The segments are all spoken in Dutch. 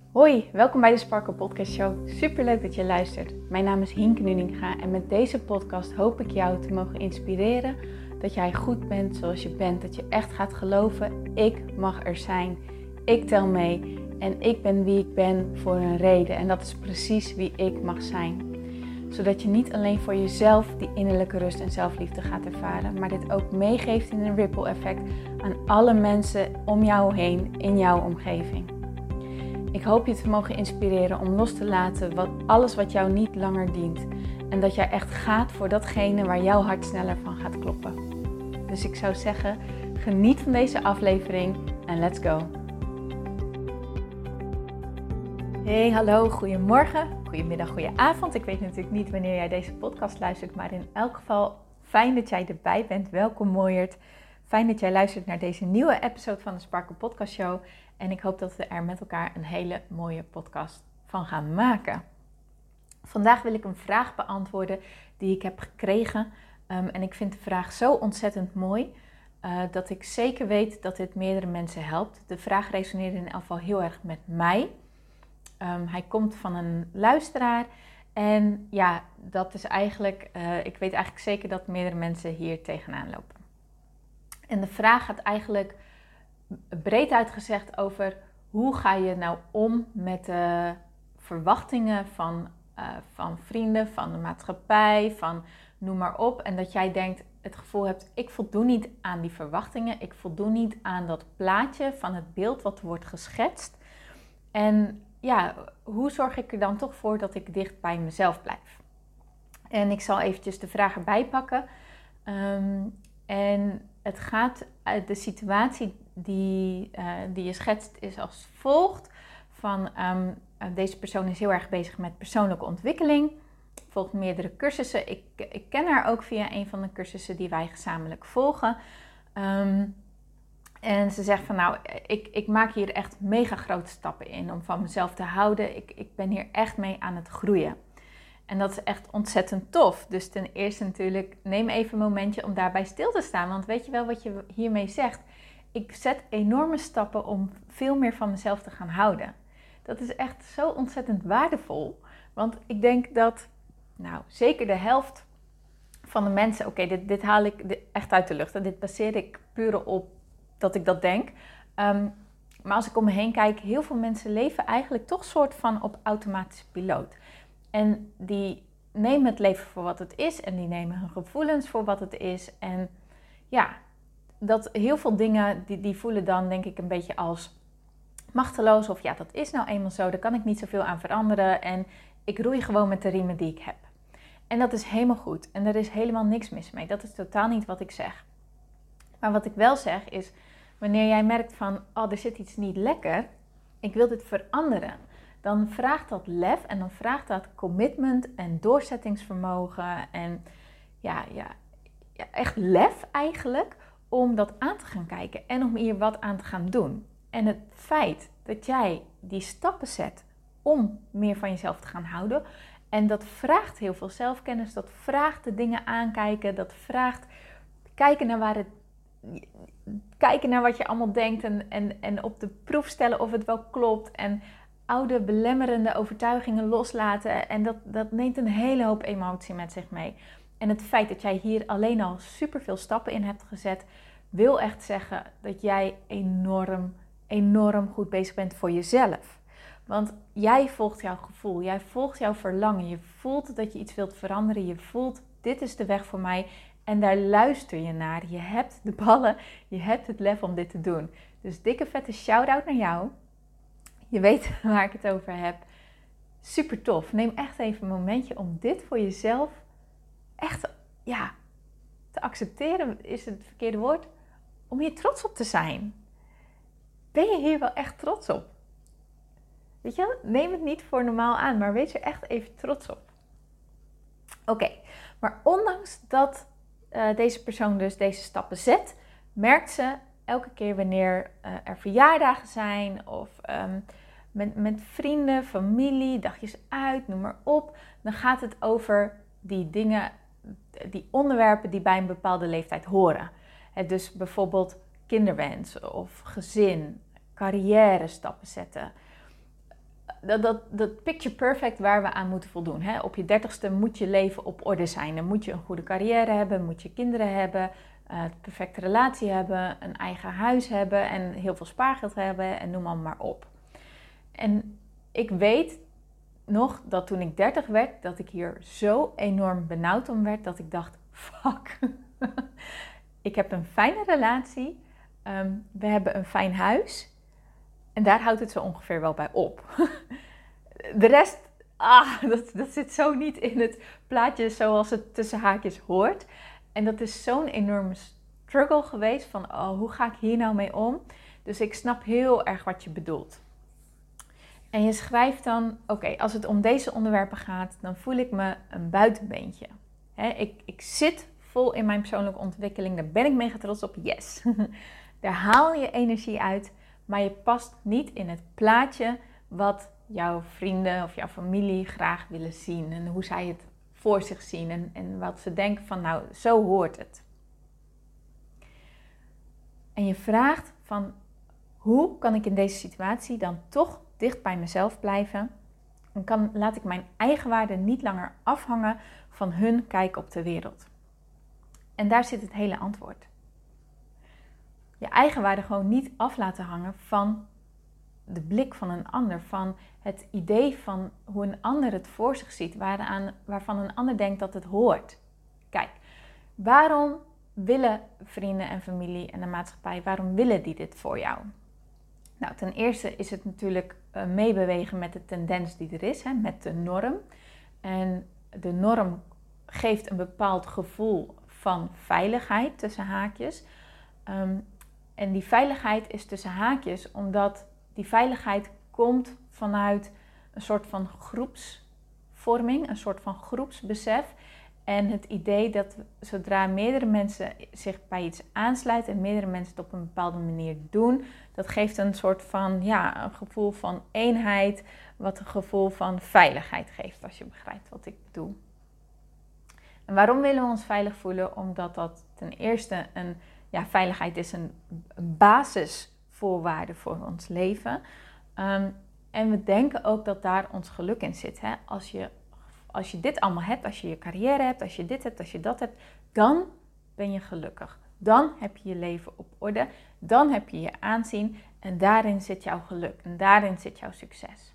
Hoi, welkom bij de Sparkle Podcast Show. Superleuk dat je luistert. Mijn naam is Hienke Nuninga en met deze podcast hoop ik jou te mogen inspireren dat jij goed bent zoals je bent. Dat je echt gaat geloven, ik mag er zijn, ik tel mee en ik ben wie ik ben voor een reden. En dat is precies wie ik mag zijn. Zodat je niet alleen voor jezelf die innerlijke rust en zelfliefde gaat ervaren, maar dit ook meegeeft in een ripple effect aan alle mensen om jou heen in jouw omgeving. Ik hoop je te mogen inspireren om los te laten alles wat jou niet langer dient. En dat jij echt gaat voor datgene waar jouw hart sneller van gaat kloppen. Dus ik zou zeggen, geniet van deze aflevering en let's go. Hey, hallo, goedemorgen, goedemiddag, goedenavond. Ik weet natuurlijk niet wanneer jij deze podcast luistert, maar in elk geval fijn dat jij erbij bent. Welkom mooierd. Fijn dat jij luistert naar deze nieuwe episode van de Sparkle Podcast Show. En ik hoop dat we er met elkaar een hele mooie podcast van gaan maken. Vandaag wil ik een vraag beantwoorden die ik heb gekregen. En ik vind de vraag zo ontzettend mooi dat ik zeker weet dat dit meerdere mensen helpt. De vraag resoneerde in elk geval heel erg met mij. Hij komt van een luisteraar. En ja, dat is eigenlijk, ik weet eigenlijk zeker dat meerdere mensen hier tegenaan lopen. En de vraag gaat eigenlijk breed uitgezegd over hoe ga je nou om met de verwachtingen van vrienden, van de maatschappij, van noem maar op. En dat jij denkt, het gevoel hebt, ik voldoe niet aan die verwachtingen. Ik voldoe niet aan dat plaatje van het beeld wat wordt geschetst. En ja, hoe zorg ik er dan toch voor dat ik dicht bij mezelf blijf? En ik zal eventjes de vraag erbij pakken. En het gaat uit de situatie die je schetst is als volgt. Deze persoon is heel erg bezig met persoonlijke ontwikkeling. Volgt meerdere cursussen. Ik ken haar ook via een van de cursussen die wij gezamenlijk volgen. En ze zegt van nou, ik maak hier echt mega grote stappen in om van mezelf te houden. Ik ben hier echt mee aan het groeien. En dat is echt ontzettend tof. Dus ten eerste natuurlijk, neem even een momentje om daarbij stil te staan. Want weet je wel wat je hiermee zegt? Ik zet enorme stappen om veel meer van mezelf te gaan houden. Dat is echt zo ontzettend waardevol. Want ik denk dat, nou, zeker de helft van de mensen... Oké, dit haal ik echt uit de lucht. En dit baseer ik puur op dat ik dat denk. Maar als ik om me heen kijk, heel veel mensen leven eigenlijk toch soort van op automatische piloot. En die nemen het leven voor wat het is en die nemen hun gevoelens voor wat het is. En ja, dat heel veel dingen die voelen dan denk ik een beetje als machteloos. Of ja, dat is nou eenmaal zo, daar kan ik niet zoveel aan veranderen. En ik roei gewoon met de riemen die ik heb. En dat is helemaal goed. En er is helemaal niks mis mee. Dat is totaal niet wat ik zeg. Maar wat ik wel zeg is, wanneer jij merkt van, oh, er zit iets niet lekker. Ik wil dit veranderen. Dan vraagt dat lef en dan vraagt dat commitment en doorzettingsvermogen en ja, echt lef eigenlijk om dat aan te gaan kijken en om hier wat aan te gaan doen. En het feit dat jij die stappen zet om meer van jezelf te gaan houden en dat vraagt heel veel zelfkennis, dat vraagt de dingen aankijken, dat vraagt kijken naar wat je allemaal denkt en op de proef stellen of het wel klopt en oude belemmerende overtuigingen loslaten. En dat neemt een hele hoop emotie met zich mee. En het feit dat jij hier alleen al superveel stappen in hebt gezet, wil echt zeggen dat jij enorm goed bezig bent voor jezelf. Want jij volgt jouw gevoel, jij volgt jouw verlangen. Je voelt dat je iets wilt veranderen. Je voelt, dit is de weg voor mij. En daar luister je naar. Je hebt de ballen, je hebt het lef om dit te doen. Dus dikke vette shout-out naar jou. Je weet waar ik het over heb. Super tof. Neem echt even een momentje om dit voor jezelf echt te accepteren. Is het verkeerde woord? Om hier trots op te zijn. Ben je hier wel echt trots op? Weet je, neem het niet voor normaal aan, maar wees er echt even trots op. Oké, maar ondanks dat deze persoon dus deze stappen zet, merkt ze elke keer wanneer er verjaardagen zijn of met vrienden, familie, dagjes uit, noem maar op. Dan gaat het over die dingen, die onderwerpen die bij een bepaalde leeftijd horen. Dus bijvoorbeeld kinderwens of gezin, carrière stappen zetten. dat picture perfect waar we aan moeten voldoen. Hè? Op je 30ste moet je leven op orde zijn. Dan moet je een goede carrière hebben, moet je kinderen hebben, een perfecte relatie hebben, een eigen huis hebben en heel veel spaargeld hebben en noem maar op. En ik weet nog dat toen ik 30 werd, dat ik hier zo enorm benauwd om werd, dat ik dacht, fuck, ik heb een fijne relatie, we hebben een fijn huis en daar houdt het zo ongeveer wel bij op. De rest, dat zit zo niet in het plaatje zoals het tussen haakjes hoort. En dat is zo'n enorme struggle geweest van, hoe ga ik hier nou mee om? Dus ik snap heel erg wat je bedoelt. En je schrijft dan, oké, als het om deze onderwerpen gaat, dan voel ik me een buitenbeentje. Ik zit vol in mijn persoonlijke ontwikkeling, daar ben ik mega trots op, yes. Daar haal je energie uit, maar je past niet in het plaatje wat jouw vrienden of jouw familie graag willen zien. En hoe zij het voor zich zien en wat ze denken van, nou, zo hoort het. En je vraagt van, hoe kan ik in deze situatie dan toch dicht bij mezelf blijven? En laat ik mijn eigen waarde niet langer afhangen van hun kijk op de wereld. En daar zit het hele antwoord. Je eigen waarde gewoon niet af laten hangen van de blik van een ander. Van het idee van hoe een ander het voor zich ziet. Waarvan een ander denkt dat het hoort. Kijk, waarom willen vrienden en familie en de maatschappij, waarom willen die dit voor jou? Nou, ten eerste is het natuurlijk meebewegen met de tendens die er is, met de norm. En de norm geeft een bepaald gevoel van veiligheid tussen haakjes. En die veiligheid is tussen haakjes, omdat die veiligheid komt vanuit een soort van groepsvorming, een soort van groepsbesef. En het idee dat zodra meerdere mensen zich bij iets aansluiten en meerdere mensen het op een bepaalde manier doen, dat geeft een soort van, een gevoel van eenheid, wat een gevoel van veiligheid geeft, als je begrijpt wat ik bedoel. En waarom willen we ons veilig voelen? Omdat dat ten eerste veiligheid is een basisvoorwaarde voor ons leven. En we denken ook dat daar ons geluk in zit. Hè? Als je dit allemaal hebt, als je je carrière hebt, als je dit hebt, als je dat hebt, dan ben je gelukkig. Dan heb je je leven op orde, dan heb je je aanzien en daarin zit jouw geluk en daarin zit jouw succes.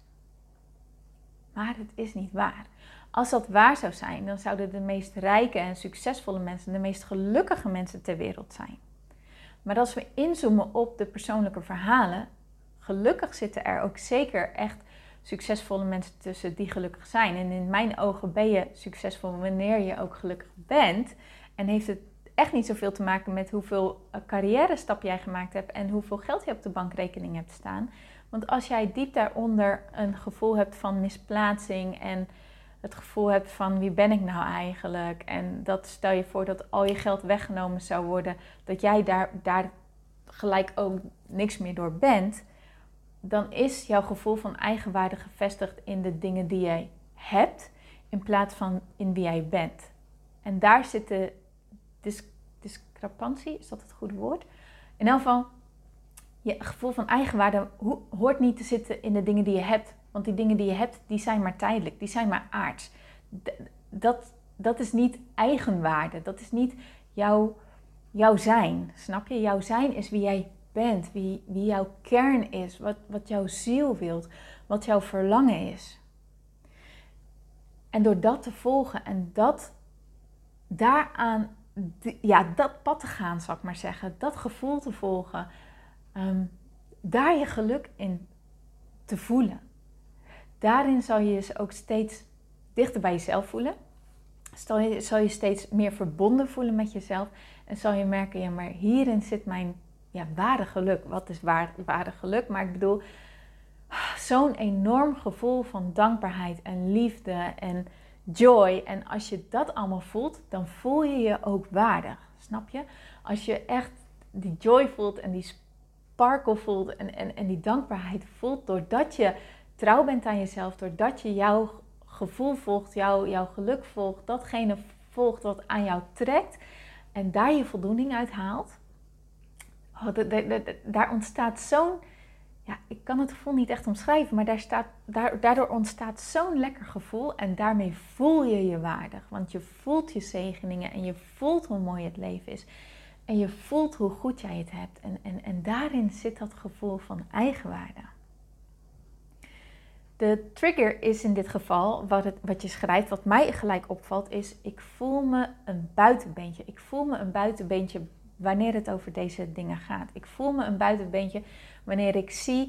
Maar het is niet waar. Als dat waar zou zijn, dan zouden de meest rijke en succesvolle mensen de meest gelukkige mensen ter wereld zijn. Maar als we inzoomen op de persoonlijke verhalen, gelukkig zitten er ook zeker echt succesvolle mensen tussen die gelukkig zijn. En in mijn ogen ben je succesvol wanneer je ook gelukkig bent. En heeft het echt niet zoveel te maken met hoeveel carrière-stap jij gemaakt hebt en hoeveel geld je op de bankrekening hebt staan. Want als jij diep daaronder een gevoel hebt van misplaatsing en het gevoel hebt van wie ben ik nou eigenlijk? En dat stel je voor dat al je geld weggenomen zou worden, dat jij daar gelijk ook niks meer door bent, dan is jouw gevoel van eigenwaarde gevestigd in de dingen die jij hebt, in plaats van in wie jij bent. En daar zit de discrepantie, is dat het goede woord? In elk geval, je gevoel van eigenwaarde hoort niet te zitten in de dingen die je hebt. Want die dingen die je hebt, die zijn maar tijdelijk, die zijn maar aards. Dat is niet eigenwaarde, dat is niet jouw zijn, snap je? Jouw zijn is wie jij bent, wie jouw kern is, wat jouw ziel wilt, wat jouw verlangen is. En door dat te volgen en dat pad te gaan, zal ik maar zeggen, dat gevoel te volgen, daar je geluk in te voelen. Daarin zal je je ook steeds dichter bij jezelf voelen. Zal je steeds meer verbonden voelen met jezelf. En zal je merken, maar hierin zit mijn ware geluk. Wat is ware geluk? Maar ik bedoel, zo'n enorm gevoel van dankbaarheid en liefde en joy. En als je dat allemaal voelt, dan voel je je ook waardig. Snap je? Als je echt die joy voelt en die sparkle voelt en die dankbaarheid voelt, doordat je trouw bent aan jezelf, doordat je jouw gevoel volgt, jouw geluk volgt, datgene volgt wat aan jou trekt en daar je voldoening uit haalt. Daar ontstaat zo'n ja, ik kan het gevoel niet echt omschrijven, maar daardoor ontstaat zo'n lekker gevoel en daarmee voel je je waardig. Want je voelt je zegeningen en je voelt hoe mooi het leven is. En je voelt hoe goed jij het hebt. En daarin zit dat gevoel van eigenwaarde. De trigger is in dit geval, wat je schrijft, wat mij gelijk opvalt, is ik voel me een buitenbeentje. Ik voel me een buitenbeentje wanneer het over deze dingen gaat. Ik voel me een buitenbeentje wanneer ik zie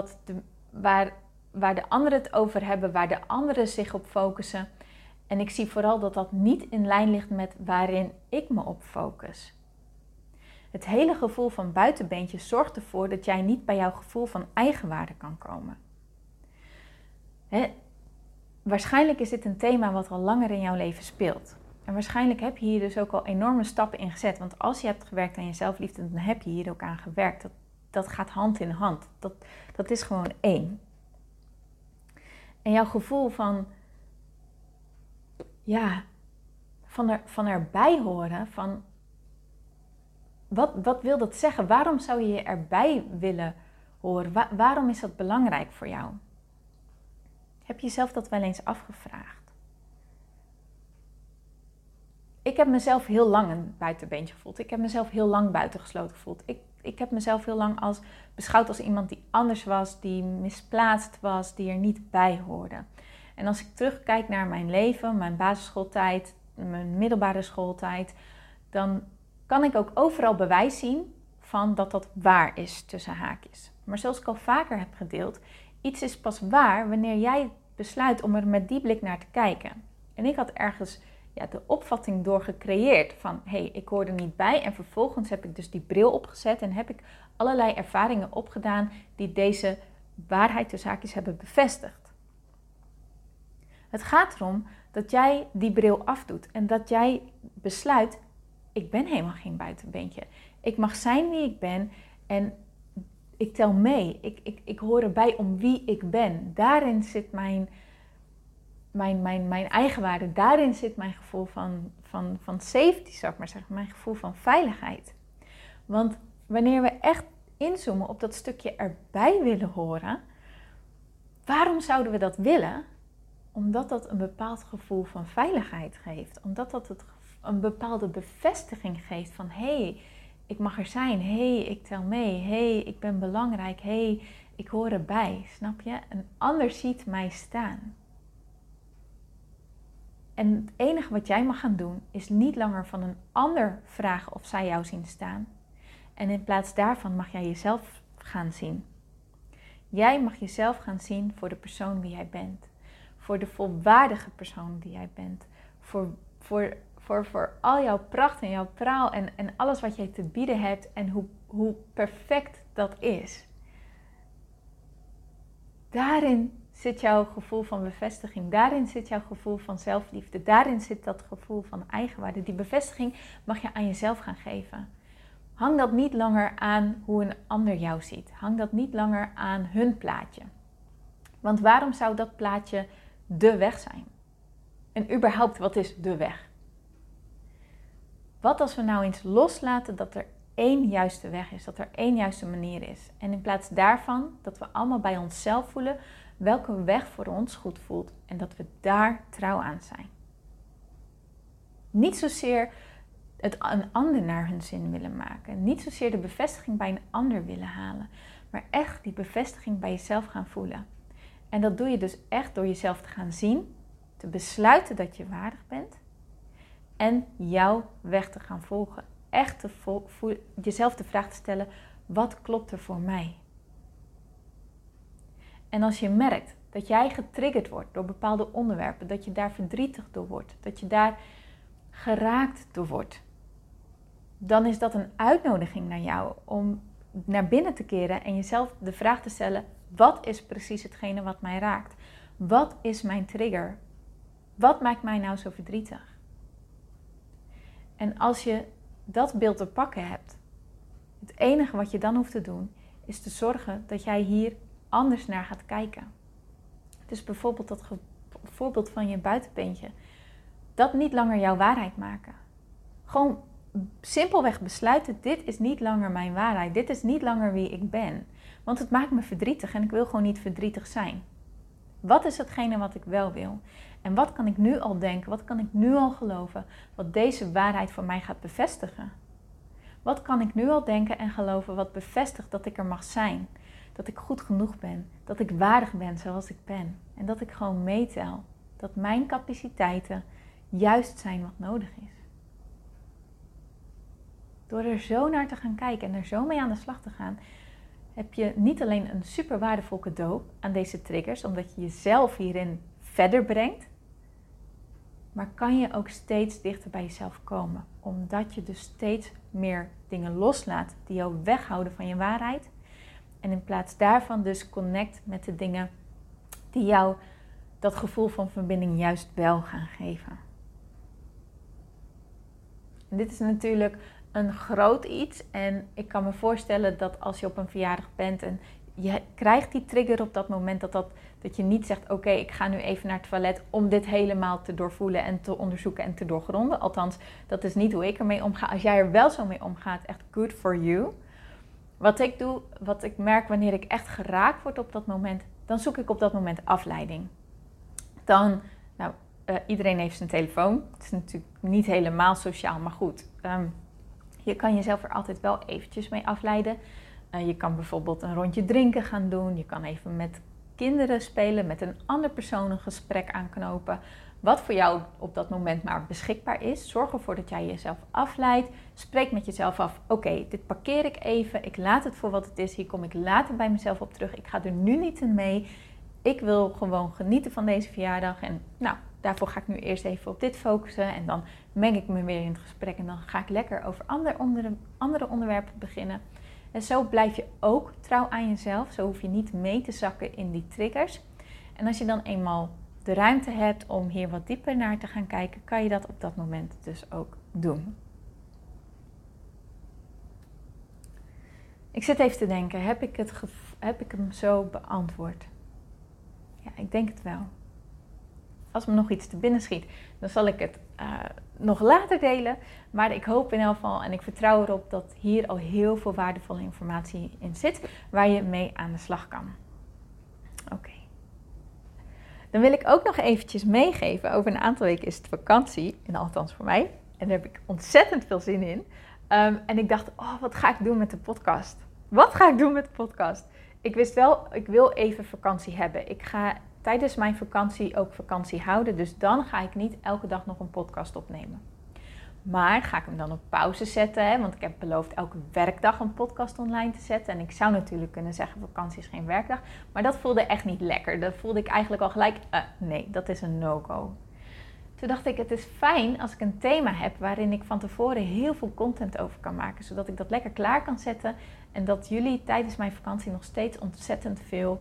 waar de anderen het over hebben, waar de anderen zich op focussen. En ik zie vooral dat dat niet in lijn ligt met waarin ik me op focus. Het hele gevoel van buitenbeentje zorgt ervoor dat jij niet bij jouw gevoel van eigenwaarde kan komen. Waarschijnlijk is dit een thema wat al langer in jouw leven speelt. En waarschijnlijk heb je hier dus ook al enorme stappen in gezet. Want als je hebt gewerkt aan je zelfliefde, dan heb je hier ook aan gewerkt. Dat gaat hand in hand. Dat is gewoon één. En jouw gevoel van, ja, van erbij horen, van wat wil dat zeggen? Waarom zou je je erbij willen horen? Waarom is dat belangrijk voor jou? Heb je jezelf dat wel eens afgevraagd? Ik heb mezelf heel lang een buitenbeentje gevoeld. Ik heb mezelf heel lang buitengesloten gevoeld. Ik heb mezelf heel lang beschouwd als iemand die anders was, die misplaatst was, die er niet bij hoorde. En als ik terugkijk naar mijn leven, mijn basisschooltijd, mijn middelbare schooltijd, dan kan ik ook overal bewijs zien van dat dat waar is tussen haakjes. Maar zoals ik al vaker heb gedeeld, iets is pas waar wanneer jij besluit om er met die blik naar te kijken. En ik had ergens de opvatting door gecreëerd van ik hoor er niet bij. En vervolgens heb ik dus die bril opgezet en heb ik allerlei ervaringen opgedaan die deze waarheid tussen haakjes hebben bevestigd. Het gaat erom dat jij die bril afdoet en dat jij besluit, ik ben helemaal geen buitenbeentje. Ik mag zijn wie ik ben en ik tel mee. Ik hoor erbij om wie ik ben. Daarin zit mijn eigenwaarde. Daarin zit mijn gevoel van safety, zou ik maar zeggen. Mijn gevoel van veiligheid. Want wanneer we echt inzoomen op dat stukje erbij willen horen, waarom zouden we dat willen? Omdat dat een bepaald gevoel van veiligheid geeft. Omdat dat een bepaalde bevestiging geeft van ik mag er zijn. Ik tel mee. Ik ben belangrijk. Ik hoor erbij. Snap je? Een ander ziet mij staan. En het enige wat jij mag gaan doen is niet langer van een ander vragen of zij jou zien staan. En in plaats daarvan mag jij jezelf gaan zien. Jij mag jezelf gaan zien voor de persoon die jij bent. Voor de volwaardige persoon die jij bent. Voor al jouw pracht en jouw praal en alles wat jij te bieden hebt en hoe perfect dat is. Daarin zit jouw gevoel van bevestiging. Daarin zit jouw gevoel van zelfliefde. Daarin zit dat gevoel van eigenwaarde. Die bevestiging mag je aan jezelf gaan geven. Hang dat niet langer aan hoe een ander jou ziet. Hang dat niet langer aan hun plaatje. Want waarom zou dat plaatje de weg zijn? En überhaupt, wat is de weg? Wat als we nou eens loslaten dat er één juiste weg is, dat er één juiste manier is. En in plaats daarvan dat we allemaal bij onszelf voelen welke weg voor ons goed voelt en dat we daar trouw aan zijn. Niet zozeer een ander naar hun zin willen maken. Niet zozeer de bevestiging bij een ander willen halen. Maar echt die bevestiging bij jezelf gaan voelen. En dat doe je dus echt door jezelf te gaan zien, te besluiten dat je waardig bent en jouw weg te gaan volgen. Echt jezelf de vraag te stellen, wat klopt er voor mij? En als je merkt dat jij getriggerd wordt door bepaalde onderwerpen, dat je daar verdrietig door wordt, dat je daar geraakt door wordt, dan is dat een uitnodiging naar jou om naar binnen te keren en jezelf de vraag te stellen, wat is precies hetgene wat mij raakt? Wat is mijn trigger? Wat maakt mij nou zo verdrietig? En als je dat beeld te pakken hebt, het enige wat je dan hoeft te doen, is te zorgen dat jij hier anders naar gaat kijken. Dus bijvoorbeeld dat voorbeeld van je buitenbeentje, dat niet langer jouw waarheid maken. Gewoon simpelweg besluiten, dit is niet langer mijn waarheid, dit is niet langer wie ik ben. Want het maakt me verdrietig en ik wil gewoon niet verdrietig zijn. Wat is hetgene wat ik wel wil? En wat kan ik nu al denken? Wat kan ik nu al geloven? Wat deze waarheid voor mij gaat bevestigen? Wat kan ik nu al denken en geloven wat bevestigt dat ik er mag zijn? Dat ik goed genoeg ben. Dat ik waardig ben zoals ik ben. En dat ik gewoon meetel. Dat mijn capaciteiten juist zijn wat nodig is. Door er zo naar te gaan kijken en er zo mee aan de slag te gaan, heb je niet alleen een super waardevol cadeau aan deze triggers, omdat je jezelf hierin verder brengt, maar kan je ook steeds dichter bij jezelf komen. Omdat je dus steeds meer dingen loslaat die jou weghouden van je waarheid. En in plaats daarvan dus connect met de dingen die jou dat gevoel van verbinding juist wel gaan geven. En dit is natuurlijk een groot iets. En ik kan me voorstellen dat als je op een verjaardag bent en je krijgt die trigger op dat moment, dat je niet zegt, oké, ik ga nu even naar het toilet om dit helemaal te doorvoelen en te onderzoeken en te doorgronden. Althans, dat is niet hoe ik ermee omga. Als jij er wel zo mee omgaat, echt good for you. Wat ik doe, wat ik merk wanneer ik echt geraakt word op dat moment, dan zoek ik op dat moment afleiding. Dan, iedereen heeft zijn telefoon. Het is natuurlijk niet helemaal sociaal, maar goed. Je kan jezelf er altijd wel eventjes mee afleiden. Je kan bijvoorbeeld een rondje drinken gaan doen. Je kan even met kinderen spelen, met een andere persoon een gesprek aanknopen. Wat voor jou op dat moment maar beschikbaar is. Zorg ervoor dat jij jezelf afleidt. Spreek met jezelf af. Oké, dit parkeer ik even. Ik laat het voor wat het is. Hier kom ik later bij mezelf op terug. Ik ga er nu niet in mee. Ik wil gewoon genieten van deze verjaardag. En daarvoor ga ik nu eerst even op dit focussen. En dan meng ik me weer in het gesprek. En dan ga ik lekker over andere onderwerpen beginnen. En zo blijf je ook trouw aan jezelf. Zo hoef je niet mee te zakken in die triggers. En als je dan eenmaal de ruimte hebt om hier wat dieper naar te gaan kijken, kan je dat op dat moment dus ook doen. Ik zit even te denken, heb ik hem zo beantwoord? Ja, ik denk het wel. Als me nog iets te binnen schiet, dan zal ik het nog later delen. Maar ik hoop in elk geval en ik vertrouw erop dat hier al heel veel waardevolle informatie in zit, waar je mee aan de slag kan. Oké. Dan wil ik ook nog eventjes meegeven, over een aantal weken is het vakantie, en althans voor mij. En daar heb ik ontzettend veel zin in. En ik dacht, wat ga ik doen met de podcast? Wat ga ik doen met de podcast? Ik wist wel, ik wil even vakantie hebben. Ik ga tijdens mijn vakantie ook vakantie houden. Dus dan ga ik niet elke dag nog een podcast opnemen. Maar ga ik hem dan op pauze zetten? Hè? Want ik heb beloofd elke werkdag een podcast online te zetten. En ik zou natuurlijk kunnen zeggen, vakantie is geen werkdag. Maar dat voelde echt niet lekker. Dat voelde ik eigenlijk al gelijk, nee, dat is een no-go. Toen dacht ik, het is fijn als ik een thema heb waarin ik van tevoren heel veel content over kan maken. Zodat ik dat lekker klaar kan zetten. En dat jullie tijdens mijn vakantie nog steeds ontzettend veel,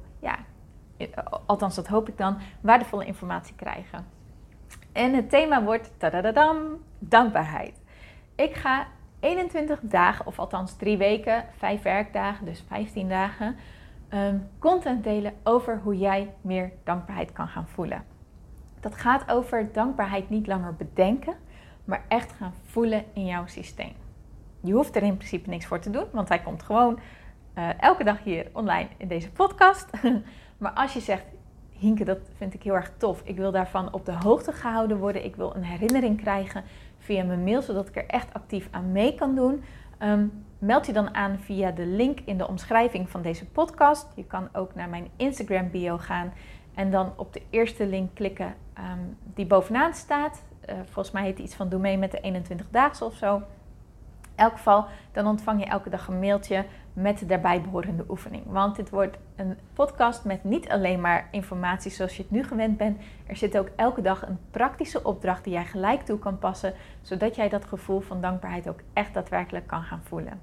althans dat hoop ik dan, waardevolle informatie krijgen. En het thema wordt, tadadadam, dankbaarheid. Ik ga 21 dagen, of althans 3 weken, 5 werkdagen, dus 15 dagen, content delen over hoe jij meer dankbaarheid kan gaan voelen. Dat gaat over dankbaarheid niet langer bedenken, maar echt gaan voelen in jouw systeem. Je hoeft er in principe niks voor te doen, want hij komt gewoon elke dag hier online in deze podcast. Maar als je zegt, Hienke, dat vind ik heel erg tof. Ik wil daarvan op de hoogte gehouden worden. Ik wil een herinnering krijgen via mijn mail, zodat ik er echt actief aan mee kan doen. Meld je dan aan via de link in de omschrijving van deze podcast. Je kan ook naar mijn Instagram bio gaan en dan op de eerste link klikken die bovenaan staat. Volgens mij heet die iets van doe mee met de 21 daagse of zo. In elk geval, dan ontvang je elke dag een mailtje met de daarbij behorende oefening. Want dit wordt een podcast met niet alleen maar informatie zoals je het nu gewend bent. Er zit ook elke dag een praktische opdracht die jij gelijk toe kan passen, zodat jij dat gevoel van dankbaarheid ook echt daadwerkelijk kan gaan voelen.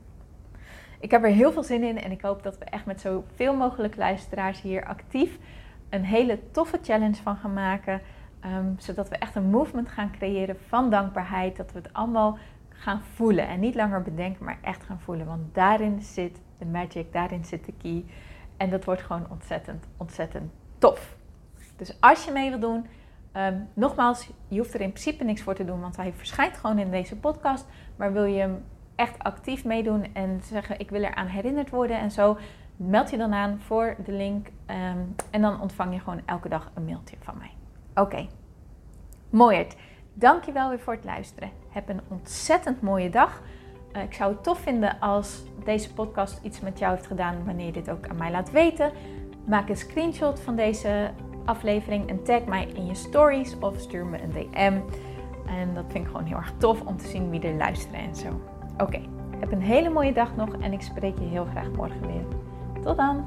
Ik heb er heel veel zin in en ik hoop dat we echt met zoveel mogelijk luisteraars hier actief een hele toffe challenge van gaan maken. Zodat we echt een movement gaan creëren van dankbaarheid. Dat we het allemaal gaan voelen en niet langer bedenken, maar echt gaan voelen. Want daarin zit de magic, daarin zit de key. En dat wordt gewoon ontzettend, ontzettend tof. Dus als je mee wil doen, nogmaals, je hoeft er in principe niks voor te doen, want hij verschijnt gewoon in deze podcast. Maar wil je hem echt actief meedoen en zeggen, ik wil eraan herinnerd worden en zo, Meld je dan aan voor de link en dan ontvang je gewoon elke dag een mailtje van mij. Oké, mooierd. Dankjewel weer voor het luisteren. Heb een ontzettend mooie dag. Ik zou het tof vinden als deze podcast iets met jou heeft gedaan wanneer je dit ook aan mij laat weten. Maak een screenshot van deze aflevering en tag mij in je stories of stuur me een DM. En dat vind ik gewoon heel erg tof om te zien wie er luisteren en zo. Oké, heb een hele mooie dag nog en ik spreek je heel graag morgen weer. Tot dan!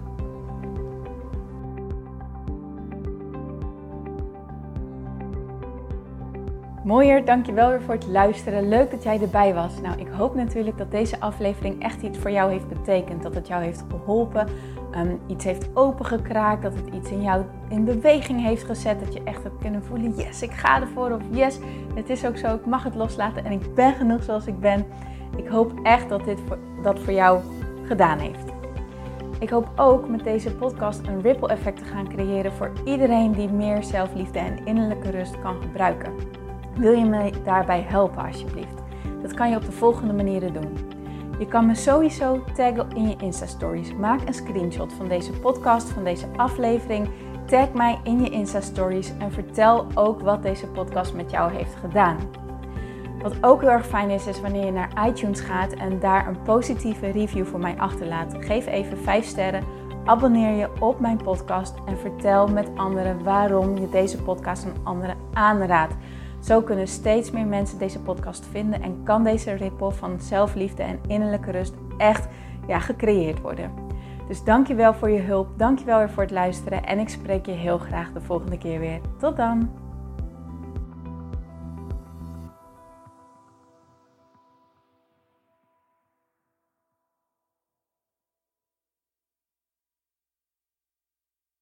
Mooier, dankjewel weer voor het luisteren. Leuk dat jij erbij was. Nou, ik hoop natuurlijk dat deze aflevering echt iets voor jou heeft betekend. Dat het jou heeft geholpen, iets heeft opengekraakt, dat het iets in jou in beweging heeft gezet. Dat je echt hebt kunnen voelen, yes, ik ga ervoor. Of yes, het is ook zo, ik mag het loslaten en ik ben genoeg zoals ik ben. Ik hoop echt dat dit dat voor jou gedaan heeft. Ik hoop ook met deze podcast een ripple effect te gaan creëren voor iedereen die meer zelfliefde en innerlijke rust kan gebruiken. Wil je me daarbij helpen alsjeblieft? Dat kan je op de volgende manieren doen. Je kan me sowieso taggen in je Insta-stories. Maak een screenshot van deze podcast, van deze aflevering. Tag mij in je Insta-stories en vertel ook wat deze podcast met jou heeft gedaan. Wat ook heel erg fijn is wanneer je naar iTunes gaat en daar een positieve review voor mij achterlaat. Geef even 5 sterren, abonneer je op mijn podcast en vertel met anderen waarom je deze podcast aan anderen aanraadt. Zo kunnen steeds meer mensen deze podcast vinden en kan deze ripple van zelfliefde en innerlijke rust echt gecreëerd worden. Dus dankjewel voor je hulp, dankjewel weer voor het luisteren en ik spreek je heel graag de volgende keer weer. Tot dan!